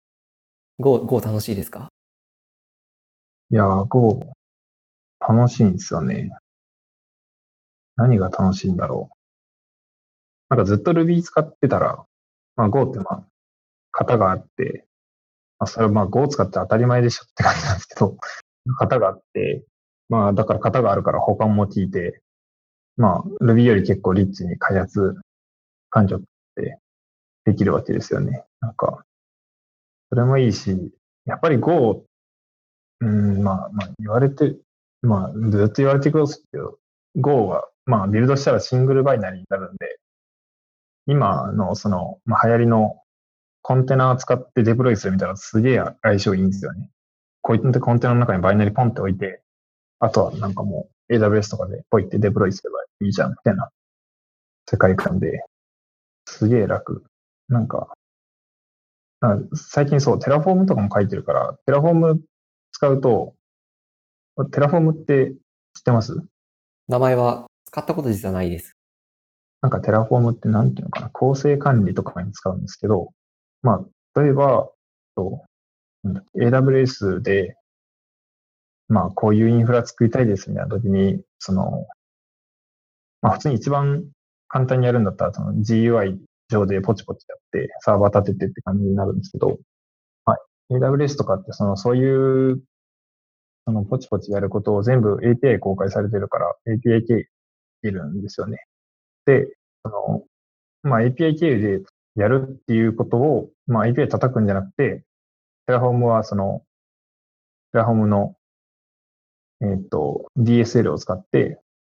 Go 楽しいですか？
いやー、Go 楽しいんですよね。何が楽しいんだろう。なんかずっと Ruby 使ってたら、まあ Go ってまあ、型があって、まあそれはまあ Go 使って当たり前でしょって感じなんですけど、型があって、まあだから型があるから保管も効いて、まあ Ruby より結構リッチに開発環境ってできるわけですよね。なんか、それもいいし、やっぱり Go、まあ言われて、まあずっと言われてくるんですけど、Go はまあビルドしたらシングルバイナリーになるんで、今のその、まあ、流行りのコンテナを使ってデプロイするみたいなのすげえ相性いいんですよね。こういったコンテナの中にバイナリポンって置いて、あとはなんかもう AWS とかでポイってデプロイすればいいじゃんみたいな世界観で、すげえ楽。なんか、最近そう、テラフォームとかも書いてるから、テラフォーム使うと、テラフォームって知ってます？
名前は使ったこと実はないです。
なんかテラフォームってなんていうのかな、構成管理とかに使うんですけど、まあ、例えば、AWS で、まあ、こういうインフラ作りたいですみたいな時に、その、まあ、普通に一番簡単にやるんだったら、その GUI 上でポチポチやって、サーバー立ててって感じになるんですけど、はい。AWS とかって、そういう、ポチポチやることを全部 API 公開されてるから、API 経由できるんですよね。で、まあ、API 経由でやるっていうことを、まあ、API 叩くんじゃなくて、テラフォームはテラフォームの、DSL を使って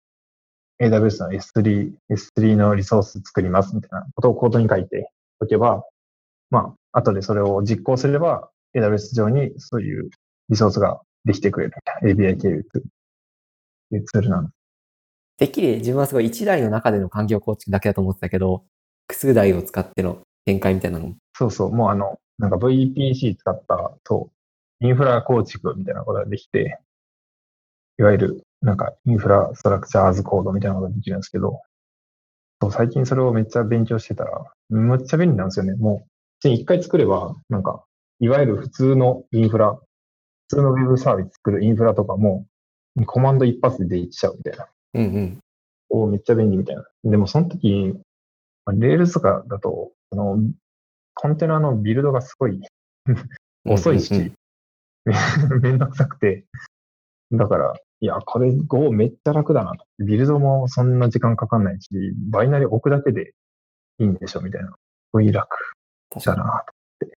、AWS の S3 のリソース作りますみたいなことをコードに書いておけば、まあ、後でそれを実行すれば、AWS 上にそういうリソースができてくれるみたいな API 経由というツールなんです。
てっきり自分はすごい一台の中での環境構築だけだと思ってたけど、複数台を使っての展開みたいなのも。
そうそう、もうなんか VPC 使ったと、インフラ構築みたいなことができて、いわゆるなんかインフラストラクチャーズコードみたいなことができるんですけど、そう最近それをめっちゃ勉強してたら、めっちゃ便利なんですよね。もう、一回作れば、なんか、いわゆる普通のインフラ、普通のウェブサービス作るインフラとかも、コマンド一発でできちゃうみたいな。
うんうん。
めっちゃ便利みたいな。でもその時、レールズとかだと、コンテナのビルドがすごい遅いし、めんどくさくて、だから、いや、これ Go めっちゃ楽だな。ビルドもそんな時間かかんないし、バイナリ置くだけでいいんでしょみたいな。すごい楽だなと思って。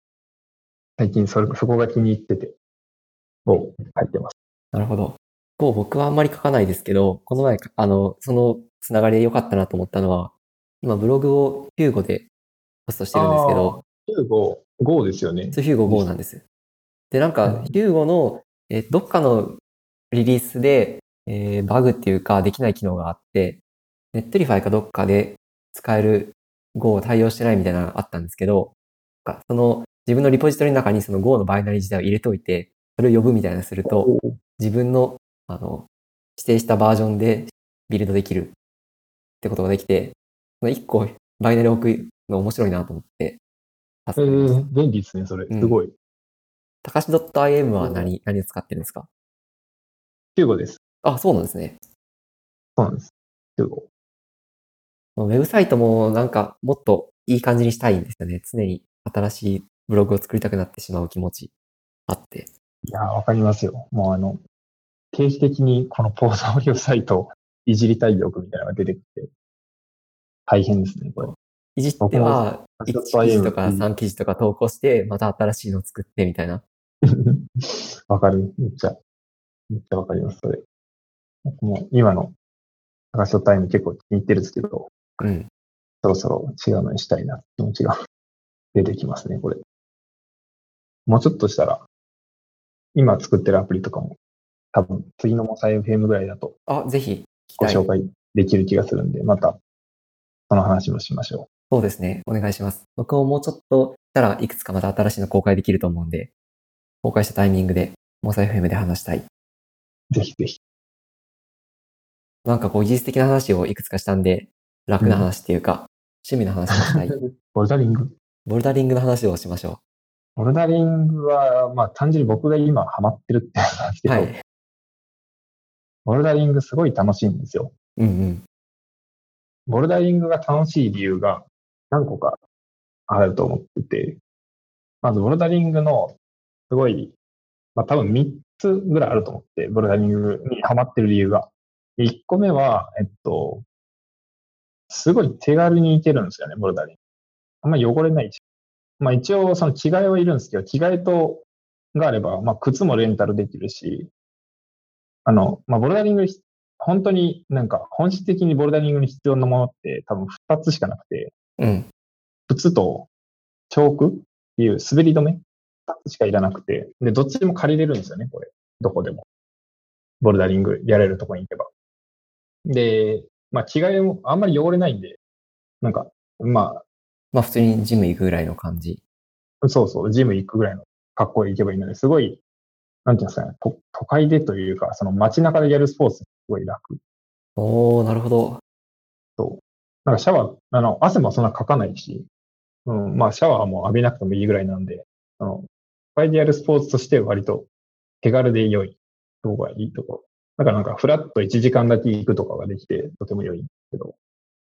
最近そこが気に入ってて、Go 書いてます。
なるほど。Go 僕はあんまり書かないですけど、この前、そのつながりで良かったなと思ったのは、今ブログを Hugo でポストしてるんですけど、
Go ですよね。
そう、Hugo Go なんです。で、なんか、Hugo の、どっかのリリースで、バグっていうかできない機能があって、Netlify かどっかで使える Go を対応してないみたいなのがあったんですけど、その自分のリポジトリの中にその Go のバイナリ自体を入れといて、それを呼ぶみたいなすると、自分の、指定したバージョンでビルドできるってことができて、1個バイナリ置くの面白いなと思って、
便利ですね、それ。すごい。
たかし .im は何を使ってるんですか
Hugo です。
あ、そうなんですね。
そうなんです。Hugo。
ウェブサイトもなんかもっといい感じにしたいんですよね。常に新しいブログを作りたくなってしまう気持ちあって。
いや、わかりますよ。もう定期的にこのポートフォリオサイトをいじりたい欲みたいなのが出てきて、大変ですね、これ。
いじっ
僕も
ては、
ショッ
1
ト
記事
IM
とか3記事とか投稿して、また新しいのを作ってみたいな。
わかる。めっちゃわかります、それ。僕も今の高ショット IM 結構気に入ってるんですけど、
うん。
そろそろ違うのにしたいなって気持ちが出てきますね、これ。もうちょっとしたら、今作ってるアプリとかも、多分次のモサイ FM ぐらいだと
あ、ぜひ、聞きたい。
ご紹介できる気がするんで、またその話もしましょ
そうですね。お願いします。僕ももうちょっとしたらいくつかまた新しいの公開できると思うんで、公開したタイミングで、モーサイ FM で話したい。
う。ぜひぜひ。
なんかこう、技術的な話をいくつかしたんで、楽な話っていうか、趣味の話もしたい。
ボルダリング。
ボルダリングの話をしましょ
ボルダリングは、まあ単純に僕が今ハマってるっていうのなんですけ
う。は
ど、
い。
ボルダリングすごい楽しいんですよ。
うんうん。
ボルダリングが楽しい理由が何個かあると思ってて、まずボルダリングのすごい、まあ多分3つぐらいあると思って、ボルダリングにハマってる理由が。1個目は、すごい手軽に行けるんですよね、ボルダリング。あんま汚れないし。まあ一応その着替えはいるんですけど、着替えと、があれば、まあ靴もレンタルできるし、まあボルダリング、本当になんか本質的にボルダリングに必要なものって多分2つしかなくて、
うん。
靴とチョークっていう滑り止め2つしかいらなくて、で、どっちでも借りれるんですよね、これ。どこでも。ボルダリングやれるとこに行けば。で、まあ着替えもあんまり汚れないんで、なんか、ま
まあ普通にジム行くぐらいの感じ。
あ、そうそう、ジム行くぐらいの格好で行けばいいので、すごいなんていうんですかね、都会でというか、その街中でやるスポーツすごい楽。
おー、なるほど。
と、なんかシャワー、汗もそんなかかないし、うん、まあシャワーも浴びなくてもいいぐらいなんで、都会でやるスポーツとして割と手軽で良いところがいいところ。だからなんかフラッと1時間だけ行くとかができて、とても良いんですけど。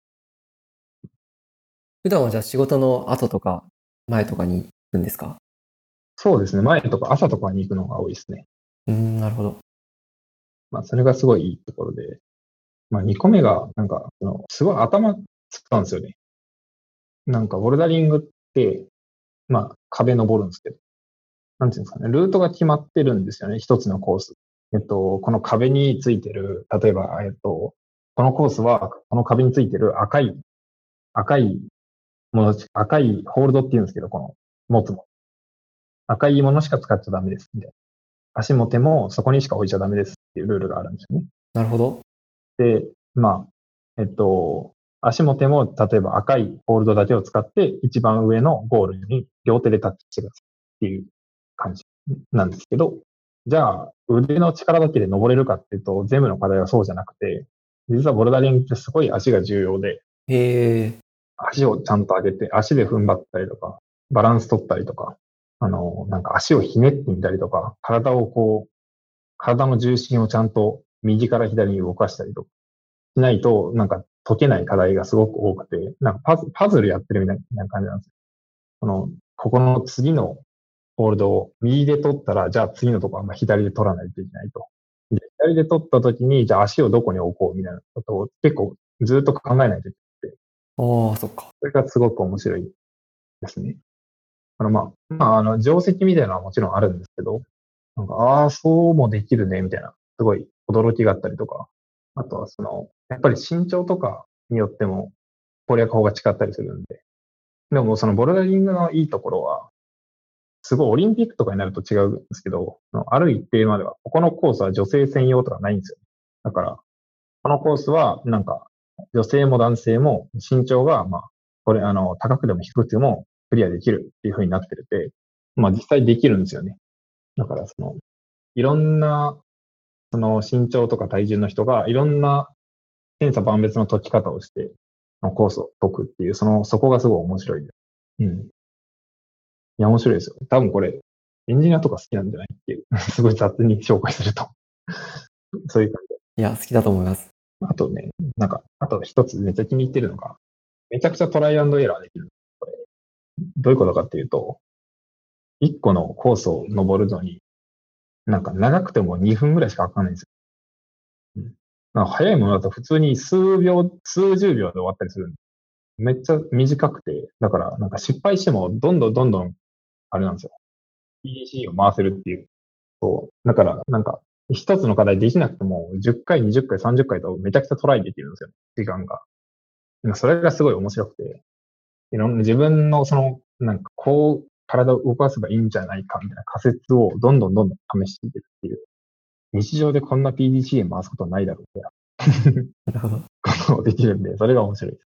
普段はじゃあ仕事の後とか前とかに行くんですか？
そうですね、前とか朝とかに行くのが多いですね。
なるほど。
まあそれがすごいいいところで、まあ2個目が、なんか、すごい頭使うんですよね。なんかボルダリングって、まあ壁登るんですけど、なんていうんですかね、ルートが決まってるんですよね、一つのコース。この壁についてる、例えば、このコースは、この壁についてる赤い赤いホールドって言うんですけど、この持つもの。赤いものしか使っちゃダメです。みたいな。足も手もそこにしか置いちゃダメですっていうルールがあるんですよね。
なるほど。
で、まあ、足も手も、例えば赤いホールドだけを使って、一番上のゴールに両手でタッチしてくださいっていう感じなんですけど、じゃあ、腕の力だけで登れるかっていうと、全部の課題はそうじゃなくて、実はボルダリングってすごい足が重要で、
へえ。
足をちゃんと上げて、足で踏ん張ったりとか、バランス取ったりとか、なんか足をひねってみたりとか、体の重心をちゃんと右から左に動かしたりとかしないと、なんか解けない課題がすごく多くて、なんかパズルやってるみたいな感じなんですよ。ここの次のホールドを右で取ったら、じゃあ次のとこは左で取らないといけないと。で左で取った時に、じゃあ足をどこに置こうみたいなことを結構ずっと考えないといけなくて、
ああ、そっか。
それがすごく面白いですね。定石みたいなのはもちろんあるんですけど、なんか、ああ、そうもできるね、みたいな、すごい驚きがあったりとか、あとはやっぱり身長とかによっても攻略法が違ったりするんで、でもそのボルダリングのいいところは、すごいオリンピックとかになると違うんですけど、ある一定までは、ここのコースは女性専用とかないんですよ。だから、このコースは、なんか、女性も男性も身長が、まあ、高くでも低くてもクリアできるっていう風になってるんで、まあ実際できるんですよね。だからいろんな、身長とか体重の人が、いろんな千差万別の解き方をして、コースを解くっていう、そこがすごい面白いです。うん。いや、面白いですよ。多分これ、エンジニアとか好きなんじゃないっていう、すごい雑に紹介すると。そういう感じで。
いや、好きだと思います。
あとね、なんか、あと一つめっちゃ気に入ってるのが、めちゃくちゃトライアンドエラーできる。これどういうことかっていうと、一個のコースを登るのに、なんか長くても2分ぐらいしかかかんないんですよ。うん、なんか早いものだと普通に数十秒で終わったりするんで。 めっちゃ短くて、だからなんか失敗してもどんどんどんどん、あれなんですよ。PDC を回せるっていう。そう。だからなんか、一つの課題できなくても、10回、20回、30回とめちゃくちゃトライできるんですよ。時間が。なんかそれがすごい面白くて、いろんな自分のその、なんかこう、体を動かせばいいんじゃないかみたいな仮説をどんどんどんどん試していくっていう。日常でこんな PDCA 回すことはないだろうみたいな
なるほど。
ことをできるんで、それが面白いです。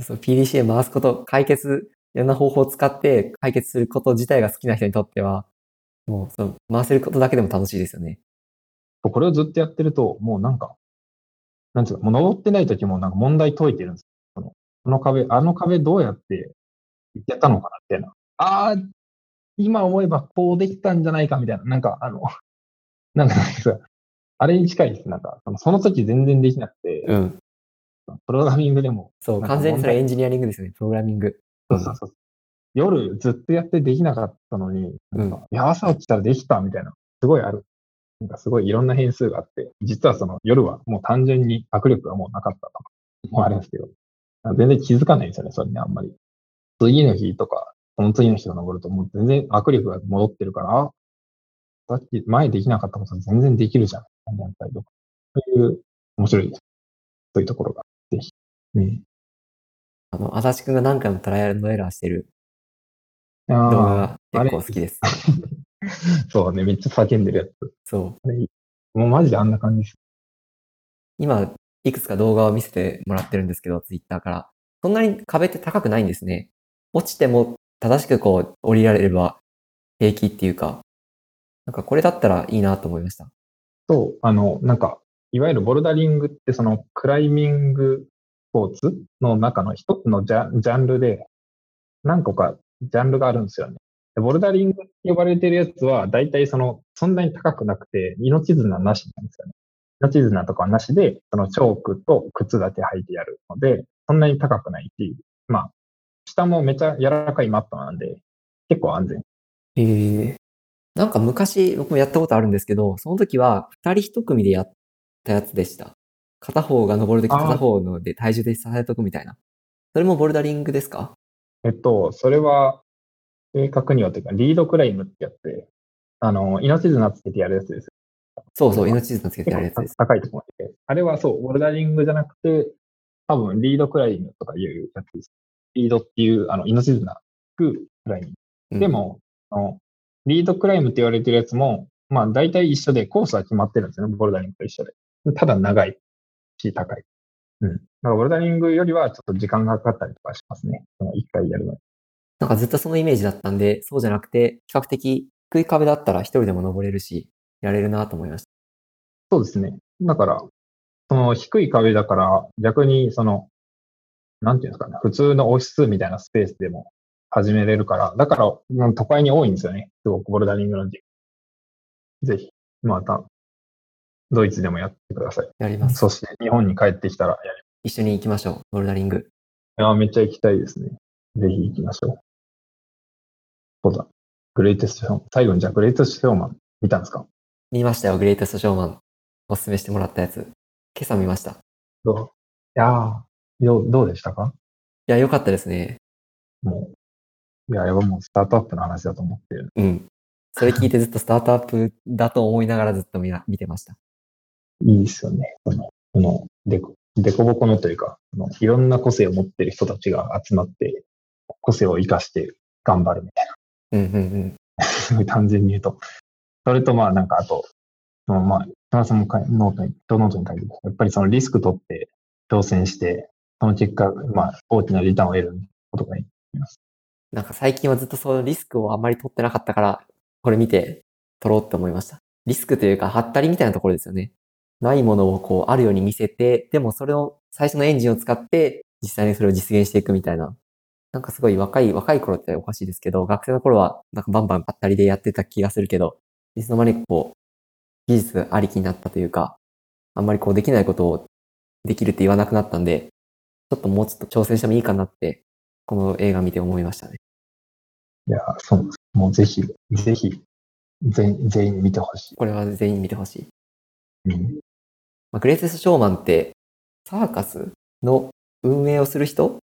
そう、PDCA 回すこと、いろんな方法を使って解決すること自体が好きな人にとっては、もう、回せることだけでも楽しいですよね。
これをずっとやってると、もうなんか、なんつうか、もう登ってない時もなんか問題解いてるんですよ。この壁、あの壁どうやっていけたのかなみたいな。ああ、今思えばこうできたんじゃないかみたいな。なんか、なんか、あれに近いです。なんか、その時全然できなくて、
うん。
プログラミングでも、
そう、
なんか
完全にそれエン
問題、
ジニアリングですよね。プログラミング。うん。
そうそうそう。夜ずっとやってできなかったのに、な
うん。
んか、いや、朝起きたらできたみたいな。すごいある。なんかすごいいろんな変数があって、実はその夜はもう単純に握力がもうなかったとかもあるんですけど、全然気づかないんですよね、それにあんまり。次の日とか、その次の日が登るともう全然握力が戻ってるから、さっき前できなかったこと全然できるじゃん。みたいなたりとか。そういう面白いです。そういうところが。ぜひ。うん。
足立くんが何回もトライアンドエラーしてる動画
あ
が
あ、あ
結
れいいです。
構好きです。
そうね、めっちゃ叫んでるやつ。
そう。
あれいい。もうマジであんな感じです。
今、いくつか動画を見せてもらってるんですけど、ツイッターから。そんなに壁って高くないんですね。落ちても正しくこう降りられれば平気っていうか、なんかこれだったらいいなと思いました。
そう、なんか、いわゆるボルダリングってそのクライミングスポーツの中の一つのジャンルで、何個かジャンルがあるんですよね。でボルダリングって呼ばれてるやつは、大体そんなに高くなくて、命綱なしなんですよね。命綱とかはなしで、そのチョークと靴だけ履いてやるので、そんなに高くないっていう。まあ、下もめちゃ柔らかいマットなんで、結構安全。
へえ。なんか昔僕もやったことあるんですけど、その時は二人一組でやったやつでした。片方が登るとき片
ああ、
方ので体重で支えとくみたいな。それもボルダリングですか？
それは、正確にはというか、リードクライムってやって、命綱つけてやるやつです。
そうそう、
それは。
命綱つけて
結構
やるやつです。
高いところまで。あれはそう、ボルダリングじゃなくて、多分リードクライムとかいうやつです。リードっていう、命綱くクライム。
うん。
でも、リードクライムって言われてるやつも、まあ大体一緒で、コースは決まってるんですよね、ボルダリングと一緒で。ただ長いし高い。うん。だからボルダリングよりはちょっと時間がかかったりとかしますね。一回やるのに。
なんかずっとそのイメージだったんで、そうじゃなくて、比較的低い壁だったら一人でも登れるし、やれるなと思いました。
そうですね。だから、その低い壁だから、逆になんていうんですかね、普通のオフィスみたいなスペースでも始めれるから、だから、都会に多いんですよね。すごくボルダリングのジム。ぜひ、また、ドイツでもやってください。
やります。
そして、日本に帰ってきたらやり
一緒に行きましょう。ボルダリング。
いや、めっちゃ行きたいですね。ぜひ行きましょう。そうだ。グレイテストショーマン。最後にじゃあグレイテストショーマン見たんですか？
見ましたよ。グレイテストショーマン。おすすめしてもらったやつ。今朝見ました。い
どういやどうでしたか？
や、良かったですね。
もいや、あれはもうスタートアップの話だと思ってる。
うん。それ聞いてずっとスタートアップだと思いながらずっと見てました。
いいですよね。デコボコのというか、いろんな個性を持ってる人たちが集まって、個性を活かして頑張るみたい
うんうんうん。
な。すごい単純に言うと。それとまあなんかあと、まあ、田中さんもノートに書いてる。やっぱりそのリスク取って挑戦して、その結果、まあ大きなリターンを得ることがいいます。
なんか最近はずっとそのリスクをあんまり取ってなかったから、これ見て取ろうって思いました。リスクというか、ハったりみたいなところですよね。ないものをこう、あるように見せて、でもそれを最初のエンジンを使って、実際にそれを実現していくみたいな。なんかすごい若い頃っておかしいですけど、学生の頃はなんかバンバンハったりでやってた気がするけど、いつの間にかこう、技術ありきになったというか、あんまりこうできないことをできるって言わなくなったんで、ちょっともうちょっと挑戦してもいいかなって、この映画見て思いましたね。
いや、そうです。もうぜひ、ぜひ、全員見てほしい。
これは全員見てほしい。
うん。
グレイテストショーマンって、サーカスの運営をする人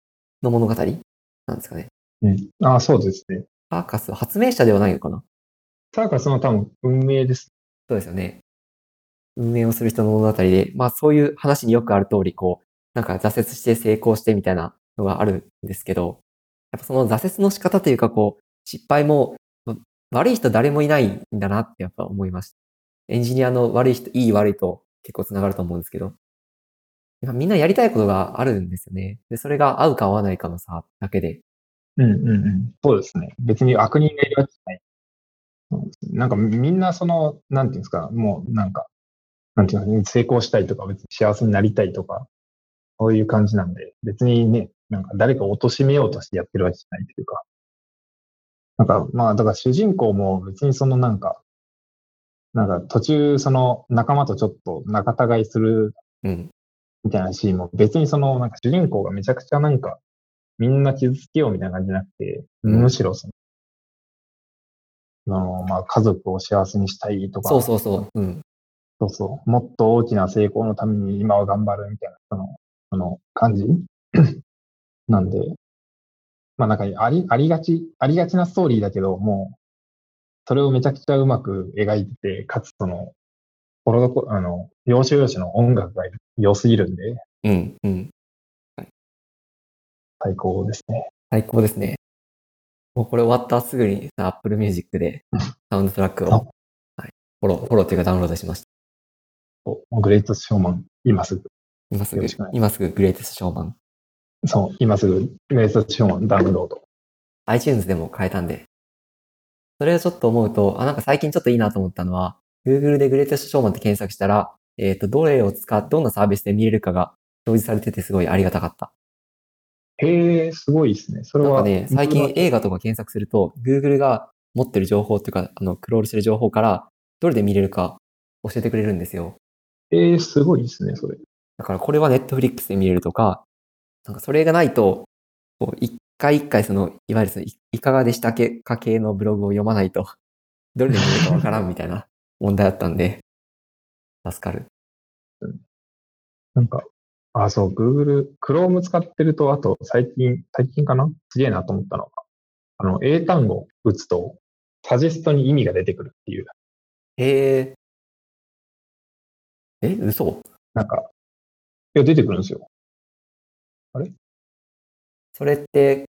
の物語なんですかね。
ああ、そうですね。
サーカスは発明者ではないのかな。
サーカスの多分運営です。
そうですよね。運営をする人の物語で、まあそういう話によくある通り、こう、なんか挫折して成功してみたいなのがあるんですけど、やっぱその挫折の仕方というか、こう、失敗も、悪い人誰もいないんだなってやっぱ思いました。エンジニアの悪い人、いい悪いと結構つながると思うんですけど、やっぱみんなやりたいことがあるんですよね。で、それが合うか合わないかの差だけで。
そうですね。別に悪人がいるわけじゃない。そうですね。なんかみんななんていうんですか、もうなんか、なんていうの、成功したいとか、別に幸せになりたいとか、そういう感じなんで、別にね、なんか誰かを貶めようとしてやってるわけじゃないというか、なんかまあ、だから主人公も別になんか途中仲間とちょっと仲違いする
うん。
みたいなシーンも別になんか主人公がめちゃくちゃなんかみんな傷つけようみたいな感じじゃなくて、むしろまあ家族を幸せにしたいと
そう
か、
そうそう。うん。
そうそう、もっと大きな成功のために今は頑張るみたいな、感じなんで、まあなんかありがちなストーリーだけど、もう、それをめちゃくちゃうまく描いてて、かつ要所要所の音楽が良すぎるんで、
うん。うん。
最高ですね。
最高ですね。もうこれ終わったすぐに Apple Music でサウンドトラックを、はい、フォローというかダウンロードしました。
グレイトショーマン、今すぐ。よろしくお願いし
今すぐグレイテストショーマン。
そう、今すぐグレイトショーマンダウンロード。
iTunes でも買えたんで。それをちょっと思うと、なんか最近ちょっといいなと思ったのは、Google でグレイテストショーマンって検索したら、どんなサービスで見れるかが表示されててすごいありがたかった。
へえ、すごいですね。それは、
なんかね、最近映画とか検索すると、Google が持ってる情報っていうか、クロールしてる情報から、どれで見れるか教えてくれるんですよ。
すごいですね、それ。
だからこれは Netflix で見れるとか、なんかそれがないと、こう一回一回いわゆるいかがでしたか系のブログを読まないと、どれで見れるかわからんみたいな問題だったんで、助かる。
なんか、そう、Google、Chrome 使ってると、あと最近かなすげえなと思ったのが、英単語打つと、サジェストに意味が出てくるっていう。
へ嘘
なんか、いや、出てくるんですよ。あれ
それって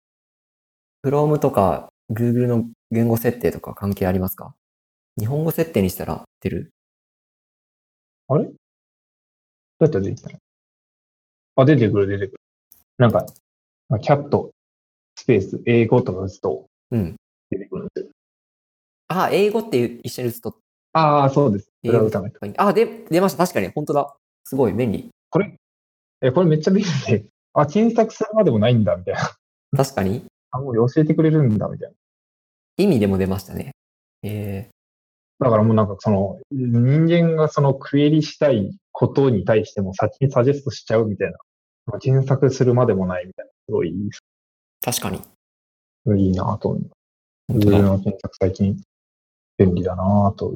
、Chrome とか Google の言語設定とか関係ありますか？日本語設定にしたら出る。
あれどうやったら出てきたの？出てくる、出てくる。なんか、キャット、スペース、英語とか打つと
うん。
出てくるんですよ。
英語って一緒に打つと、
そうです。それ
英語
は打たないと。
とかに。出ました。確かに。本当だ。すごい便利。
これ、これめっちゃ便利で、検索するまでもないんだ、みたいな。
確かに。
もう教えてくれるんだ、みたいな。
意味でも出ましたね。
だからもうなんか人間がクエリしたいことに対しても先にサジェストしちゃうみたいな。検索するまでもないみたいな。すごい
確かに。
いいなと思う。
本当
Google
だ。
の検索最近便利だなという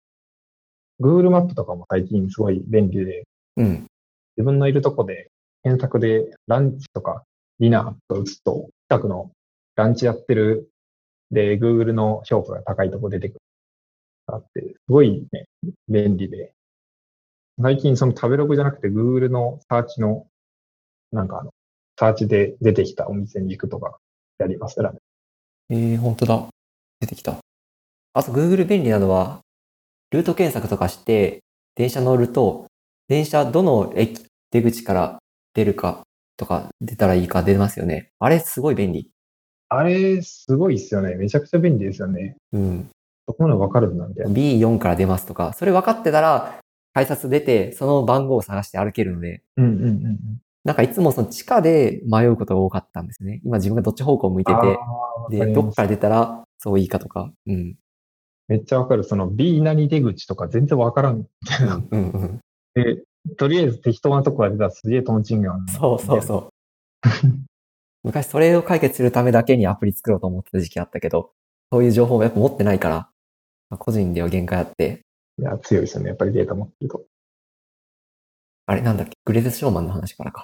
。Google マップとかも最近すごい便利で、
うん。
自分のいるとこで検索でランチとかディナーと打つと、近くのランチやってるで Google の評価が高いとこ出てくるあって、すごいね、便利で。最近食べログじゃなくて Google のサーチの、なんかサーチで出てきたお店に行くとかやりますからね。
本当だ。出てきた。あと Google 便利なのは、ルート検索とかして、電車乗ると、電車どの出口から出るかとか出たらいいか出ますよね。あれすごい便利。
あれ、すごいっすよね。めちゃくちゃ便利ですよね。
うん。
そこまでわかるんだ、みたいな。
B4 から出ますとか、それ分かってたら、改札出て、その番号を探して歩けるので、なんかいつもその地下で迷うことが多かったんですね。今自分がどっち方向向いてて、
わか
で、
ります。
どっから出たらそういいかとか、うん。
めっちゃわかる。B 何出口とか全然わからん、みたいな。
うん、うん、うん。
で、とりあえず適当なとこが出たらすげえトンチンがあるな、
そう
みたいな。
そうそう。昔それを解決するためだけにアプリ作ろうと思ってた時期あったけど、そういう情報をやっぱ持ってないから、個人では限界あって、
いや、強いですよね。やっぱりデータ持ってると。
あれなんだっけ、グレーテストショーマンの話からか。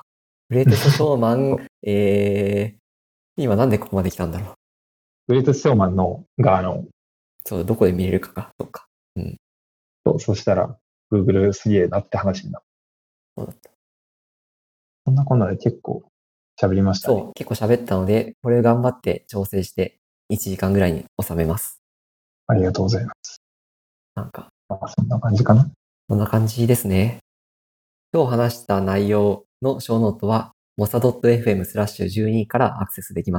グレーテストショーマン、今なんでここまで来たんだろう。
グレートショーマンが
そう、どこで見れるかか。そうか。
そしたら Google すげえなって話になる。
そうだった。
そんなこんなで結構喋りましたね。
そう、結構喋ったので、これ頑張って調整して1時間ぐらいに収めます。
ありがとうございます。
なんか、
そんな感じかな。
こんな感じですね。今日話した内容の小ノートは、mosa.fm/12 からアクセスできます。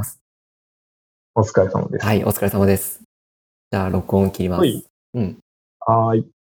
お疲れ様です。
はい、お疲れ様です。じゃあ、録音切ります。
はい。
うん。
はーい。